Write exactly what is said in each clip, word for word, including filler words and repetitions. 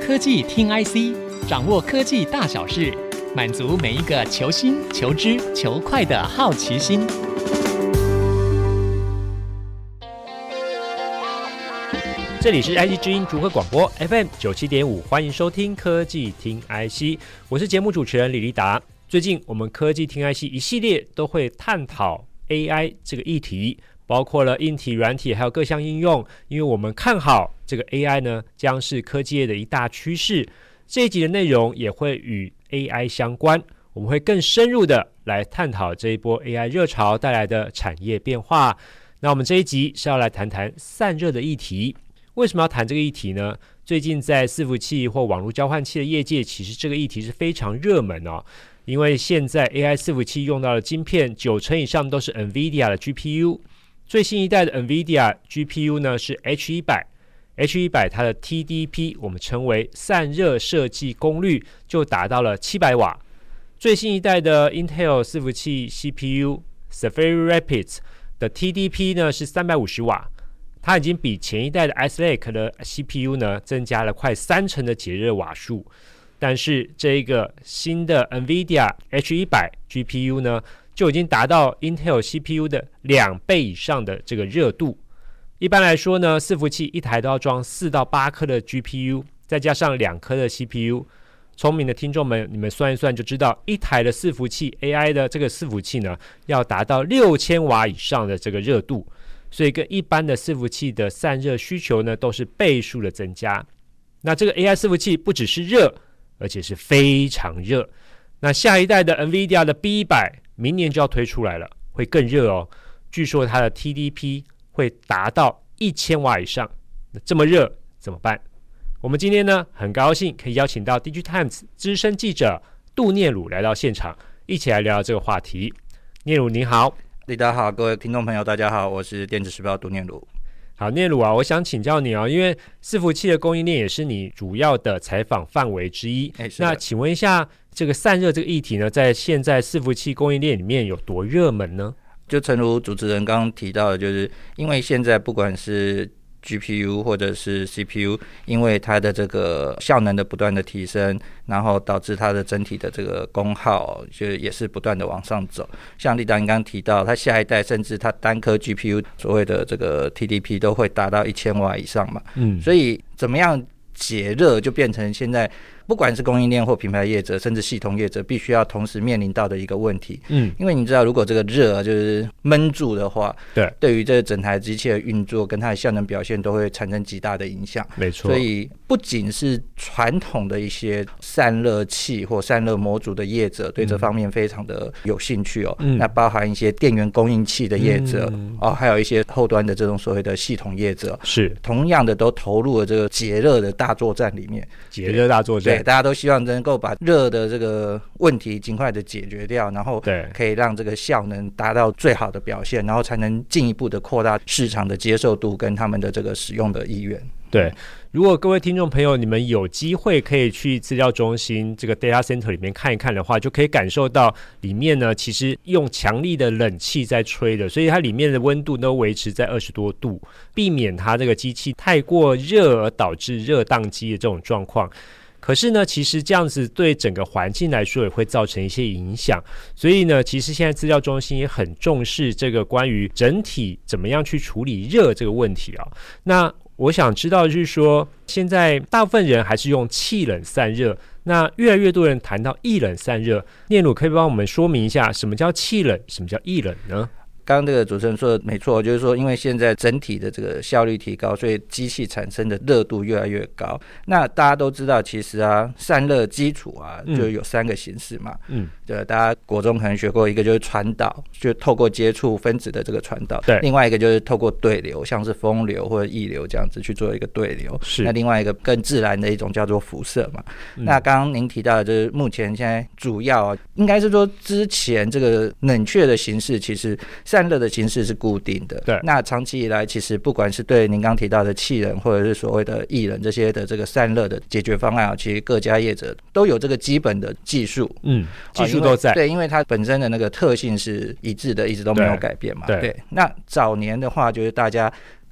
科技听 I C， 掌握科技大小事，满足每一个求新、求知、求快的好奇心。 这里是 I C 之音竹科广播 F M 九十七点五，欢迎收听科技听 I C， 我是节目主持人李立达。最近我们科技听 I C 一系列都会探讨 A I 这个议题，包括了硬体、软体，还有各项应用。因为我们看好这个 A I 呢，将是科技业的一大趋势。这一集的内容也会与 A I 相关，我们会更深入的来探讨这一波 A I 热潮带来的产业变化。那我们这一集是要来谈谈散热的议题。为什么要谈这个议题呢？最近在伺服器或网络交换器的业界，其实这个议题是非常热门哦。因为现在 A I 伺服器用到的晶片，九成以上都是 NVIDIA 的 G P U。最新一代的 NVIDIA G P U 呢是 H 一百，H 一百它的 T D P 我们称为散热设计功率就达到了七百瓦。最新一代的 Intel 伺服器 C P U Sapphire Rapids 的 T D P 呢是三百五十瓦。它已经比前一代的 Ice Lake 的 C P U 呢增加了快三成的节热瓦数，但是这一个新的 NVIDIA H 一百 G P U 呢就已经达到 Intel C P U 的两倍以上的这个热度。一般来说呢，伺服器一台都要装四到八颗的 G P U， 再加上两颗的 C P U。聪明的听众们，你们算一算就知道，一台的伺服器 A I 的这个伺服器呢，要达到六千瓦以上的这个热度。所以跟一般的伺服器的散热需求呢都是倍数的增加。那这个 A I 伺服器不只是热，而且是非常热。那下一代的 NVIDIA 的 B 一百 明年就要推出来了，会更热哦。据说它的 T D P 会达到一千瓦以上。那这么热怎么办？我们今天呢很高兴可以邀请到 DigiTimes 资深记者杜念鲁来到现场，一起来聊聊这个话题。念鲁你好。 李达好，各位听众朋友大家好，我是电子时报杜念鲁。 好，念鲁啊，我想请教你哦，因为伺服器的供应链也是你主要的采访范围之一。那请问一下，这个散热这个议题呢，在现在伺服器供应链里面有多热门呢？ 就诚如主持人刚刚提到的，就是因为现在不管是G P U 或者是 C P U， 因为它的这个效能的不断的提升，然后导致它的整体的这个功耗就也是不断的往上走。像立达刚刚提到，它下一代甚至它单颗 G P U 所谓的这个 T D P 都会达到一千瓦以上嘛。嗯，所以怎么样解热就变成现在不管是供应链或品牌业者，甚至系统业者，必须要同时面临到的一个问题。嗯，因为你知道，如果这个热就是闷住的话，对，对于这整台机器的运作跟它的效能表现都会产生极大的影响。 没错， 所以不仅是传统的一些散热器或散热模组的业者对这方面非常的有兴趣哦。嗯，那包含一些电源供应器的业者、嗯、哦，还有一些后端的这种所谓的系统业者，是同样的都投入了这个解热的大作战里面。 解热大作战。 对，大家都希望能够把热的这个问题尽快的解决掉，然后可以让这个效能达到最好的表现，然后才能进一步的扩大市场的接受度跟他们的这个使用的意愿。 对，如果各位听众朋友你们有机会可以去资料中心这个 data center 里面看一看的话，就可以感受到里面呢其实用强力的冷气在吹的，所以它里面的温度都维持在二十多度，避免它这个机器太过热而导致热宕机的这种状况。可是呢，其实这样子对整个环境来说也会造成一些影响，所以呢，其实现在资料中心也很重视这个关于整体怎么样去处理热这个问题啊。那我想知道就是说，现在大部分人还是用气冷散热，那越来越多人谈到液冷散热，念鲁可以帮我们说明一下什么叫气冷，什么叫液冷呢？ 刚刚这个主持人说的没错，就是说因为现在整体的这个效率提高，所以机器产生的热度越来越高。那大家都知道其实啊散热基础啊就有三个形式嘛。嗯，对，大家国中可能学过，一个就是传导，就透过接触分子的这个传导。对，另外一个就是透过对流，像是风流或者液流这样子去做一个对流。是，那另外一个更自然的一种叫做辐射嘛。嗯、那刚刚您提到的就是目前现在主要、啊、应该是说之前这个冷却的形式其实散热的形式是固定的，对。那长期以来，其实不管是对您刚提到的气冷，或者是所谓的液冷这些的这个散热的解决方案，其实各家业者都有这个基本的技术，嗯， 技术都在， 对，因为它本身的那个特性是一致的，一直都没有改变嘛，对。对，那早年的话，就是大家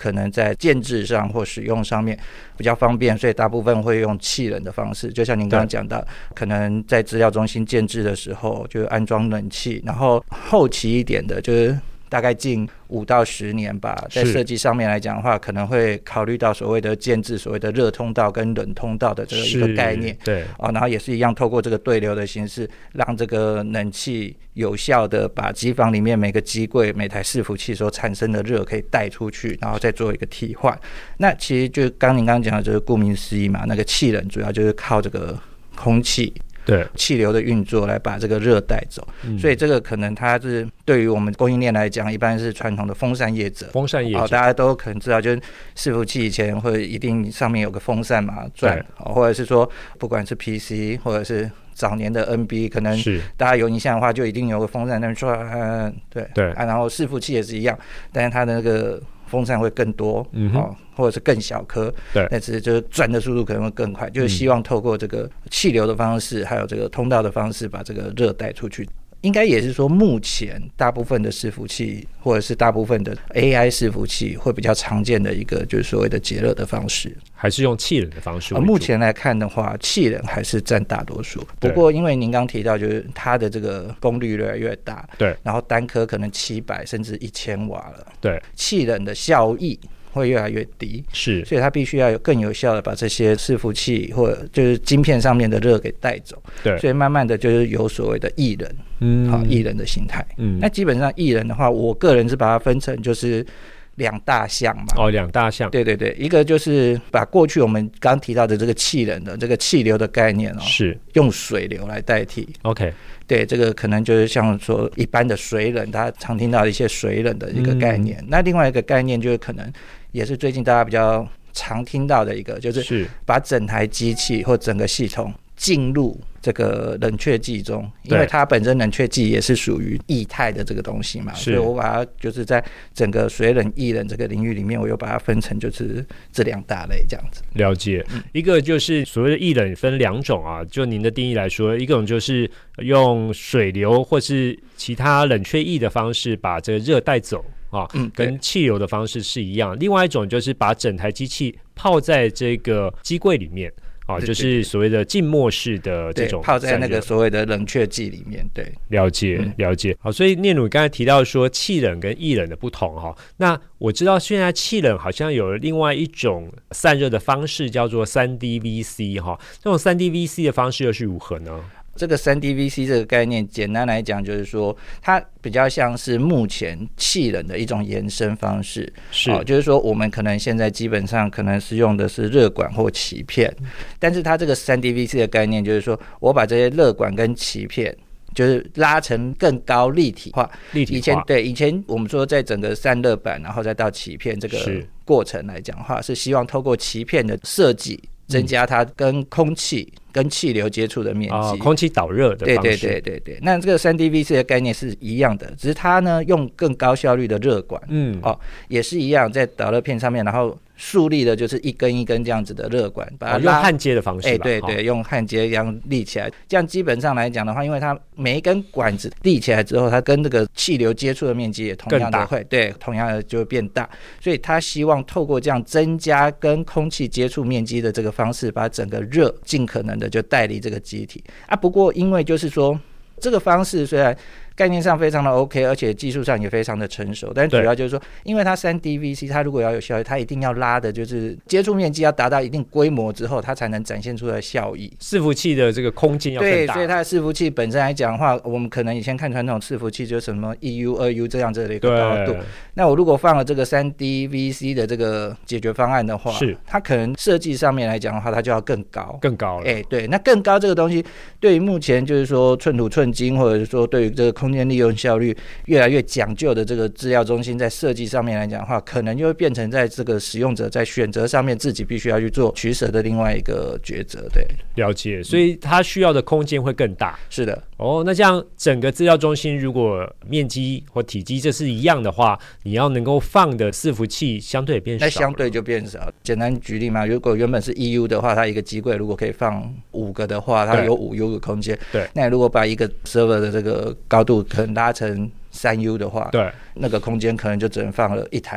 可能在建制上或使用上面比较方便，所以大部分会用气冷的方式。就像您刚刚讲到，可能在资料中心建制的时候就安装冷气，然后后期一点的就是大概近五到十年吧，在设计上面来讲的话，可能会考虑到所谓的建制所谓的热通道跟冷通道的这个一个概念， 对、 哦，然后也是一样透过这个对流的形式，让这个冷气有效的把机房里面每个机柜每台伺服器所产生的热可以带出去，然后再做一个替换。那其实就刚您刚刚讲的就是顾名思义嘛，那个气冷主要就是靠这个空气对气流的运作来把这个热带走、嗯、所以这个可能它是对于我们供应链来讲，一般是传统的风扇业者风扇业者、哦、 大家都可能知道，就是伺服器以前会一定上面有个风扇嘛转、哦、或者是说不管是 P C 或者是早年的 N B， 可能大家有印象的话就一定有个风扇在那边转、呃、对对、啊、然后伺服器也是一样，但是它的那个风扇会更多、嗯哦、或者是更小颗，对，但是就是转的速度可能会更快，就是希望透过这个气流的方式还有这个通道的方式把这个热带出去。应该也是说目前大部分的伺服器或者是大部分的 A I 伺服器会比较常见的一个就是所谓的节热的方式， 还是用气冷的方式为主、呃、 目前来看的话气冷还是占大多数，不过因为您刚提到就是它的这个功率越来越大，对，然后单颗可能七百甚至一千瓦了，对，气冷的效益会越来越低，是，所以它必须要有更有效的把这些伺服器或者就是晶片上面的热给带走，对，所以慢慢的就是有所谓的液冷，嗯，好，液冷的形态，嗯，那基本上液冷的话，我个人是把它分成就是两大项嘛， 哦，两大项， 对对对，一个就是把过去我们刚提到的这个气冷的这个气流的概念哦，是用水流来代替 ，OK。对，这个可能就是像说一般的水冷，大家常听到的一些水冷的一个概念、嗯、那另外一个概念就是可能也是最近大家比较常听到的一个，就是把整台机器或整个系统进入这个冷却剂中，因为它本身冷却剂也是属于液态的这个东西嘛，所以我把它就是在整个水冷液冷这个领域里面，我又把它分成就是这两大类这样子。 了解、嗯、一个就是所谓的液冷分两种啊，就您的定义来说，一种就是用水流或是其他冷却液的方式把这个热带走啊，嗯，跟气流的方式是一样。另外一种就是把整台机器泡在这个机柜里面啊，就是所谓的浸没式的这种泡在那个所谓的冷却剂里面。对， 了解、嗯、了解。好，所以念鲁刚才提到说气冷跟液冷的不同哈，那我知道现在气冷好像有另外一种散热的方式叫做 三 D V C 哈，这种 三 D V C 的方式又是如何呢？ 这个 三 D V C 这个概念简单来讲就是说它比较像是目前气冷的一种延伸方式，是、哦、就是说我们可能现在基本上可能是用的是热管或鳍片，但是它这个 三 D V C 的概念就是说我把这些热管跟鳍片就是拉成更高立体化，立体化。以前对以前我们说在整个散热板然后再到鳍片这个过程来讲的话，是希望透过鳍片的设计增加它跟空气、嗯、跟气流接触的面积、哦、 空气导热的方式。对对对对对。那这个 三 D V C 的概念是一样的，只是它呢用更高效率的热管，嗯，哦，也是一样在导热片上面，然后竖立的就是一根一根这样子的热管，把它拉、 哦、用焊接的方式吧。哎、欸， 对对，哦、用焊接这样立起来。这样基本上来讲的话，因为它每一根管子立起来之后，它跟这个气流接触的面积也同样的会，对，同样的就会变大。所以它希望透过这样增加跟空气接触面积的这个方式，把整个热尽可能的就带离这个机体啊。不过因为就是说这个方式虽然概念上非常的 OK， 而且技术上也非常的成熟，但主要就是说因为它 三 D V C 它如果要有效益，它一定要拉的就是接触面积要达到一定规模之后，它才能展现出来的效益。 伺服器的这个空间要更大， 对，所以它的伺服器本身来讲的话，我们可能以前看传统伺服器就是什么一 U 二 U 这样子的一个高度，那我如果放了这个 三 D V C 的这个解决方案的话，是它可能设计上面来讲的话，它就要更高更高了。 哎、欸，对，那更高这个东西对于目前就是说寸土寸金，或者是说对于这个空间利用效率越来越讲究的这个资料中心，在设计上面来讲的话，可能就会变成在这个使用者在选择上面自己必须要去做取舍的另外一个抉择。对， 了解，所以它需要的空间会更大。 是的。 哦，那这样整个资料中心如果面积或体积这是一样的话，你要能够放的伺服器相对也变少了， 那相对就变少。简单举例嘛，如果原本是 E U 的话，它一个机柜如果可以放五个的话，它有五 U 的空间。对，那如果把一个 server 的这个高度可能拉成三 U 的话，对，那个空间可能就只能放了一台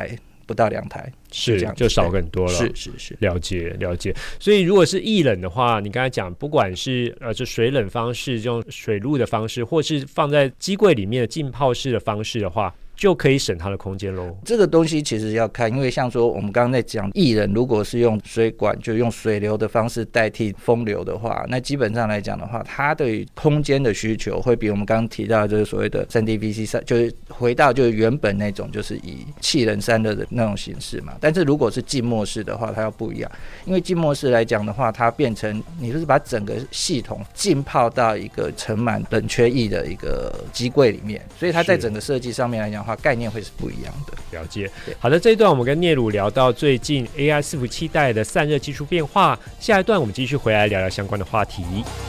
不到两台， 是这样就少很多了。 是是是， 了解了解。所以如果是液冷的话，你刚才讲，不管是呃就水冷方式，用水路的方式，或是放在机柜里面的浸泡式的方式的话，就可以省它的空间咯。 这个东西其实要看，因为像说我们刚刚在讲液冷，如果是用水管，就用水流的方式代替风流的话，那基本上来讲的话，它对空间的需求会比我们刚刚提到的这个所谓的 三 D V C 就是回到就是原本那种就是以气冷散热的那种形式嘛。但是如果是浸没式的话，它要不一样，因为浸没式来讲的话，它变成你就是把整个系统浸泡到一个盛满冷却液的一个机柜里面，所以它在整个设计上面来讲的话，概念会是不一样的。 了解。好的，这一段我们跟聂鲁聊到最近 A I 伺服器带来的散热技术变化，下一段我们继续回来聊聊相关的话题。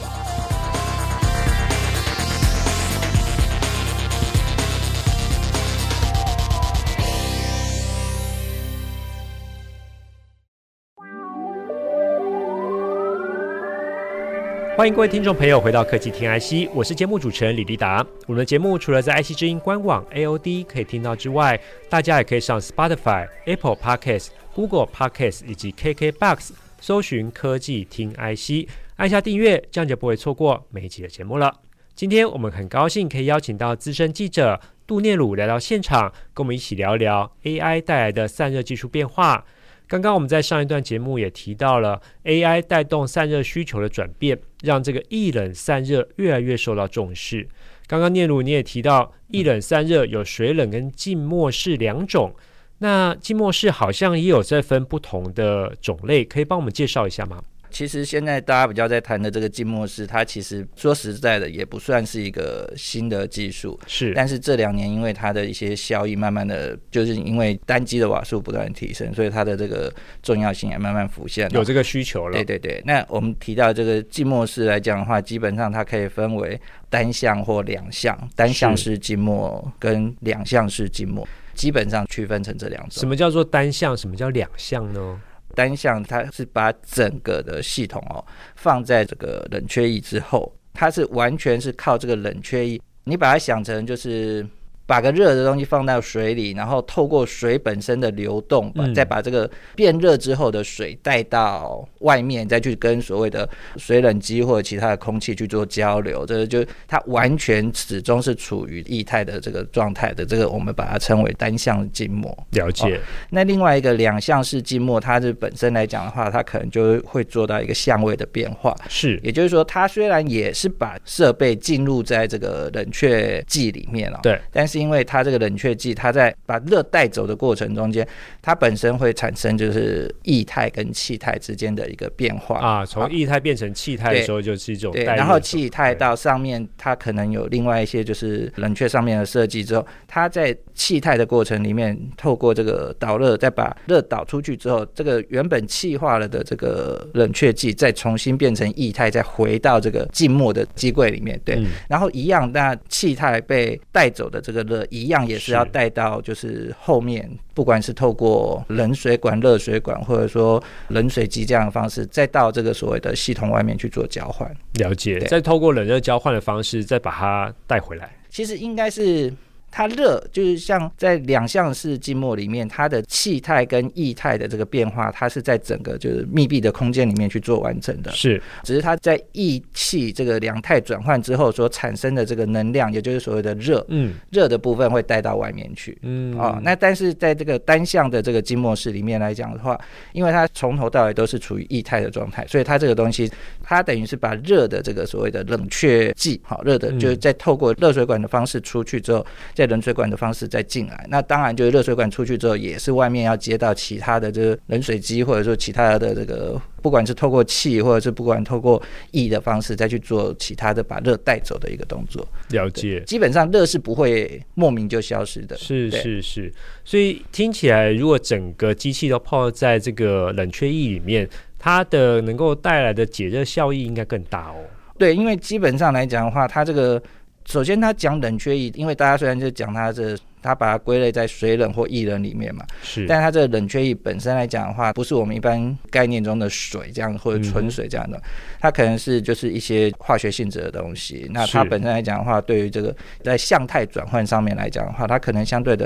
欢迎各位听众朋友回到科技听 I C， 我是节目主持人李立达。我们的节目除了在 I C 之音官网 A O D 可以听到之外，大家也可以上 Spotify、Apple Podcast、Google Podcast 以及 K K B O X 搜寻科技听 I C， 按下订阅，这样就不会错过每一集的节目了。今天我们很高兴可以邀请到资深记者杜聂鲁来到现场，跟我们一起聊聊 A I 带来的散热技术变化。刚刚我们在上一段节目也提到了 A I 带动散热需求的转变，让这个液冷散热越来越受到重视。刚刚聂鲁你也提到液冷散热有水冷跟浸没式两种，那浸没式好像也有在分不同的种类，可以帮我们介绍一下吗？ 其实现在大家比较在谈的这个浸没式，它其实说实在的也不算是一个新的技术， 是。 但是这两年因为它的一些效益慢慢的，就是因为单机的瓦数不断提升，所以它的这个重要性也慢慢浮现了， 有这个需求了。 对对对。那我们提到这个浸没式来讲的话，基本上它可以分为单向或两向，单向式浸没跟两向式浸没，基本上区分成这两种。 什么叫做单向？什么叫两向呢？ 单向它是把整个的系统哦放在这个冷却液之后，它是完全是靠这个冷却液，你把它想成就是把个热的东西放到水里，然后透过水本身的流动，嗯、再把这个变热之后的水带到外面，再去跟所谓的水冷机或者其他的空气去做交流，这个就它完全始终是处于液态的这个状态的，这个我们把它称为单向浸没。 了解。 哦、那另外一个两向式浸没，它是本身来讲的话，它可能就会做到一个相位的变化， 是， 也就是说，它虽然也是把设备进入在这个冷却剂里面了， 对， 但是因为它这个冷却剂，它在把热带走的过程中间，它本身会产生就是液态跟气态之间的一个变化啊，从液态变成气态的时候就是一种带热， 对，然后气态到上面，它可能有另外一些就是冷却上面的设计之后，它在气态的过程里面，透过这个导热，再把热导出去之后，这个原本气化了的这个冷却剂，再重新变成液态，再回到这个浸没的机柜里面，对，嗯、然后一样，那气态被带走的这个热一样也是要带到就是后面，不管是透过冷水管、热水管，或者说冷水机这样的方式，再到这个所谓的系统外面去做交换。 了解，再透过冷热交换的方式，再把它带回来。 其实应该是。它热就是像在两向式浸没里面，它的气态跟液态的这个变化，它是在整个就是密闭的空间里面去做完成的。 是， 只是它在液气这个两态转换之后所产生的这个能量，也就是所谓的热，嗯，热的部分会带到外面去，嗯，哦，那但是在这个单向的这个浸没式里面来讲的话，因为它从头到尾都是处于液态的状态，所以它这个东西，它等于是把热的这个所谓的冷却剂，好，热的就是在透过热水管的方式出去之后。在冷水管的方式再进来，那当然就是热水管出去之后，也是外面要接到其他的这个冷水机，或者说其他的这个，不管是透过气，或者是不管透过液的方式，再去做其他的把热带走的一个动作。 了解， 基本上热是不会莫名就消失的。 是是是，所以听起来，如果整个机器都泡在这个冷却液里面，它的能够带来的解热效益应该更大哦。 对，因为基本上来讲的话，它这个。首先，他讲冷却液，因为大家虽然就讲它这，他把它归类在水冷或液冷里面嘛， 是， 但它这个冷却液本身来讲的话，不是我们一般概念中的水这样或者纯水这样的，嗯、它可能是就是一些化学性质的东西。那它本身来讲的话，对于这个在向态转换上面来讲的话，它可能相对的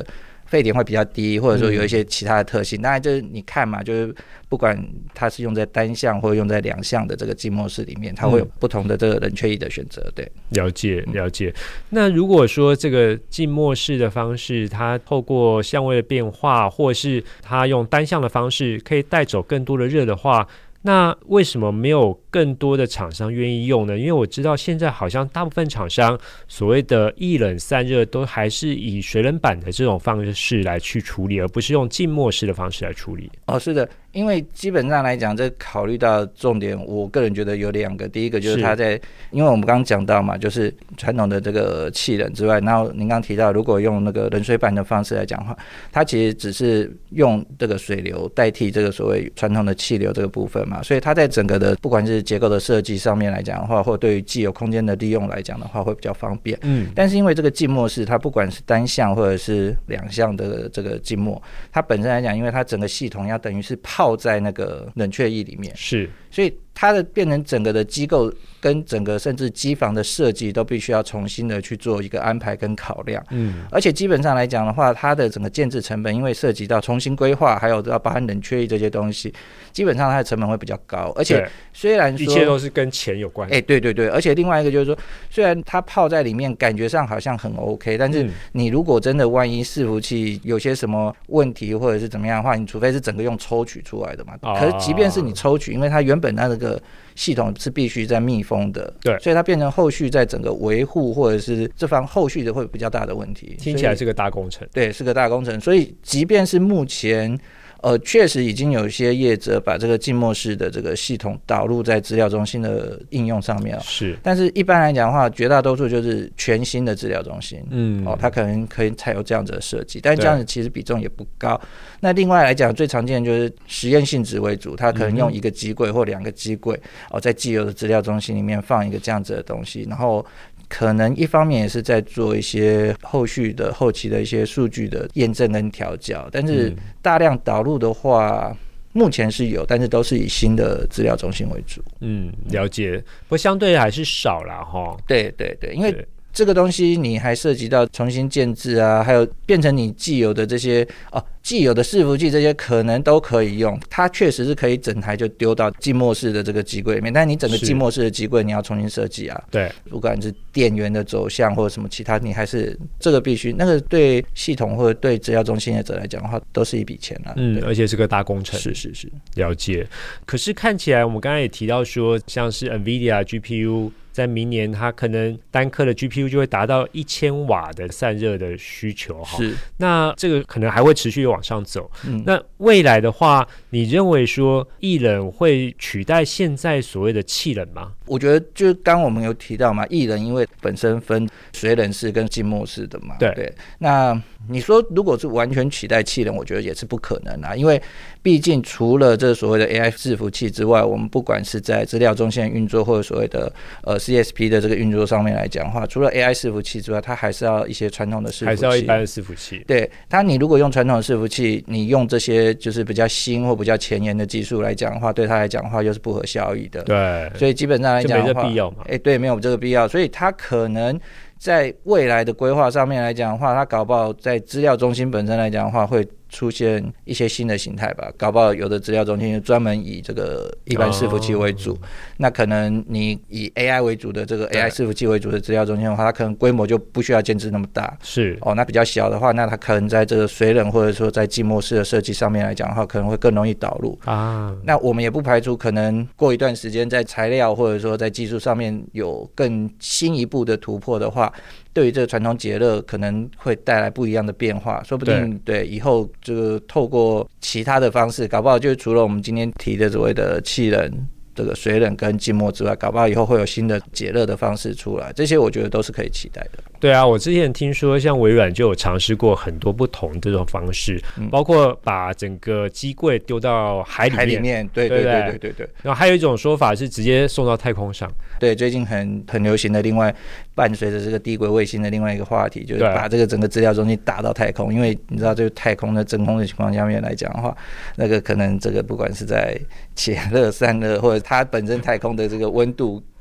沸点会比较低，或者说有一些其他的特性。当然就是你看嘛，就是不管它是用在单向或者用在两向的这个静默式里面，它会有不同的这个冷却液的选择。对， 了解了解。那如果说这个静默式的方式，它透过相位的变化，或是它用单向的方式可以带走更多的热的话，那为什么没有更多的厂商愿意用呢？因为我知道现在好像大部分厂商所谓的液冷散热都还是以水冷板的这种方式来去处理，而不是用静默式的方式来处理。 哦，是的，因为基本上来讲，这考虑到重点，我个人觉得有两个。第一个就是它在，因为我们刚刚讲到嘛，就是传统的这个气冷之外，然后您刚刚提到，如果用那个冷水板的方式来讲的话，它其实只是用这个水流代替这个所谓传统的气流这个部分嘛，所以它在整个的不管是结构的设计上面来讲的话，或对于既有空间的利用来讲的话，会比较方便。嗯，但是因为这个静默式，它不管是单向或者是两向的这个静默，它本身来讲，因为它整个系统要等于是泡在那个冷却液里面， 是， 所以它的变成整个的机构跟整个甚至机房的设计都必须要重新的去做一个安排跟考量。嗯，而且基本上来讲的话，它的整个建制成本，因为涉及到重新规划，还有要包含冷却液这些东西，基本上它的成本会比较高。而且虽然说一切都是跟钱有关系， 哎、欸，对对对，而且另外一个就是说，虽然它泡在里面感觉上好像很 OK， 但是你如果真的万一伺服器有些什么问题或者是怎么样的话，你除非是整个用抽取出来的嘛。可是即便是你抽取，因为它原本它那个系统是必须在密封的， 对， 所以它变成后续在整个维护或者是这方后续的会比较大的问题。 听起来是个大工程， 对，是个大工程。所以即便是目前呃，确实已经有一些业者把这个静默式的这个系统导入在资料中心的应用上面， 是。 但是一般来讲的话，绝大多数就是全新的资料中心， 嗯， 哦，它可能可以采用这样子的设计，但这样子其实比重也不高。那另外来讲，最常见的就是实验性质为主，它可能用一个机柜或两个机柜，哦，在既有的资料中心里面放一个这样子的东西，然后可能一方面也是在做一些后续的后期的一些数据的验证跟调校，但是大量导入的话，目前是有，但是都是以新的资料中心为主。 嗯，了解，不过相对还是少啦齁。 对对对，因为这个东西你还涉及到重新建制啊，还有变成你既有的这些哦，既有的伺服器这些可能都可以用，它确实是可以整台就丢到静默式的这个机柜里面，但你整个静默式的机柜你要重新设计啊， 对， 不管是电源的走向或者什么其他，你还是这个必须，那个对系统或者对资料中心的者来讲的话，都是一笔钱啊， 嗯，而且是个大工程， 是是是， 了解。可是看起来我们刚才也提到说，像是 NVIDIA G P U。在明年，它可能单颗的 G P U 就会达到一千瓦的散热的需求哈。是，那这个可能还会持续往上走。嗯，那未来的话，你认为说液冷会取代现在所谓的气冷吗？ 我觉得就刚我们有提到嘛，液冷因为本身分水冷式跟静默式的嘛。 对对，那你说如果是完全取代气冷，我觉得也是不可能啊，因为毕竟除了这所谓的 A I 伺服器之外，我们不管是在资料中心的运作或者所谓的呃 C S P 的这个运作上面来讲的话，除了 A I 伺服器之外，它还是要一些传统的伺服器， 还是要一般的伺服器。 对，它你如果用传统的伺服器，你用这些就是比较新或比较前沿的技术来讲的话，对它来讲的话又是不合效益的。 对， 所以基本上来讲的话， 就没这必要嘛。 哎，对，没有这个必要，所以它可能在未来的规划上面来讲的话，它搞不好在资料中心本身来讲的话，会出现一些新的形态吧，搞不好有的资料中心专门以这个一般伺服器为主，哦、那可能你以 A I 为主的这个 A I 伺服器为主的资料中心的话，它可能规模就不需要建制那么大， 是哦，那比较小的话，那它可能在这个水冷或者说在静默式的设计上面来讲的话，可能会更容易导入啊。那我们也不排除可能过一段时间在材料或者说在技术上面有更新一步的突破的话，对于这个传统解热可能会带来不一样的变化，说不定 对, 对以后这个透过其他的方式，搞不好就是除了我们今天提的所谓的气冷、这个水冷跟静默之外，搞不好以后会有新的解热的方式出来，这些我觉得都是可以期待的。 对啊，我之前听说像微软就有尝试过很多不同这种方式、嗯、包括把整个机柜丢到海里面， 海里面，对对对对对对。 然后还有一种说法是直接送到太空上。 对，最近很很流行的，另外伴随着这个低轨卫星的另外一个话题，就是把这个整个资料中心打到太空，因为你知道，这个太空的真空的情况下面来讲的话，那个可能这个不管是在解热散热，或者它本身太空的这个温度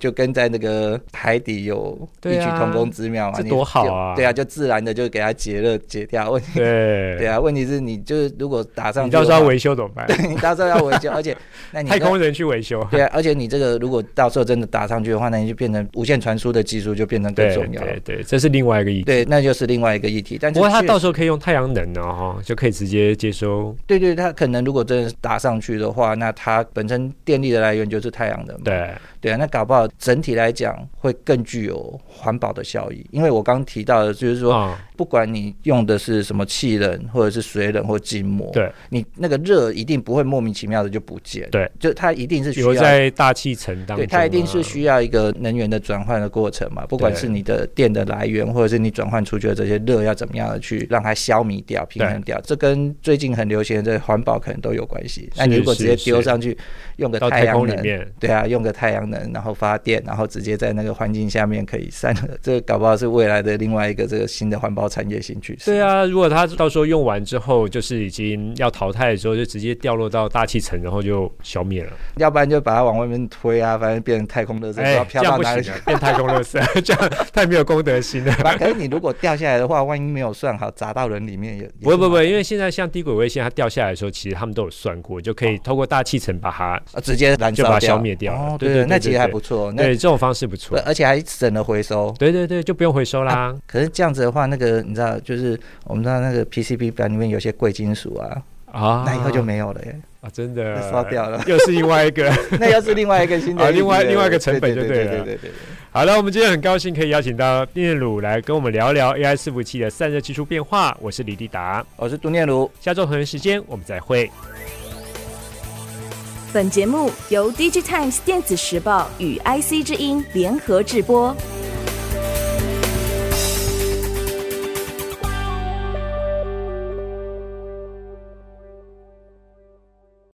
就跟在那个海底有异曲同工之妙嘛， 这多好啊！ 对啊，就自然的就给它解热解掉。问题对对啊，问题是你就是如果打上去， 你到时候要维修怎么办？ 对，你到时候要维修，而且那你太空人去维修。 对啊，而且你这个如果到时候真的打上去的话，那你就变成无线传输的技术就变成更重要了。 对对对，这是另外一个议题。 对，那就是另外一个议题。但是不过它到时候可以用太阳能哦，就可以直接接收。 对对，它可能如果真的打上去的话，那它本身电力的来源就是太阳能嘛。 对对啊，那搞不好整体来讲会更具有环保的效益。因为我刚提到的就是说，哦、不管你用的是什么气冷或者是水冷或筋膜， 对， 你那个热一定不会莫名其妙的就不见。 对， 就它一定是需要留在大气层当中、啊， 对，它一定是需要一个能源的转换的过程嘛。不管是你的电的来源，或者是你转换出去的这些热，要怎么样的去让它消弭掉、平衡掉，这跟最近很流行的这环保可能都有关系。那你如果直接丢上去，用个太阳能，对啊，用个太阳能，然后发电，然后直接在那个环境下面可以散热，这个搞不好是未来的另外一个这个新的环保产业新趋势。 对啊，如果它到时候用完之后，就是已经要淘汰的时候，就直接掉落到大气层，然后就消灭了。 要不然就把它往外面推啊，反正变成太空垃圾，不知道飘到哪里去， 变太空垃圾，这样太没有公德心了。 可是你如果掉下来的话，万一没有算好，砸到人里面也不会不会，因为现在像低轨卫星，它掉下来的时候，其实他们都有算过，就可以透过大气层把它、 哦、直接燃烧掉， 就把它消灭掉。 哦，对 对, 对, 对, 对，那其实还不错。 对，这种方式不错， 而且还省了回收。 对对对，就不用回收啦。啊、 可是这样子的话，那个你知道，就是我们知道那个 P C B 板里面有些贵金属啊。啊，那以后就没有了耶！ 啊，真的烧掉了， 又是另外一个， 那又是另外一个新的、 啊，另外另外一个成本就对了。 对对对对对。 好了，我们今天很高兴可以邀请到丁念鲁来跟我们聊聊 A I 伺服器的散热技术变化。我是李立达， 我是杜念鲁， 下周同一时间我们再会。 本节目由 Digitimes 电子时报与 I C 之音联合制播。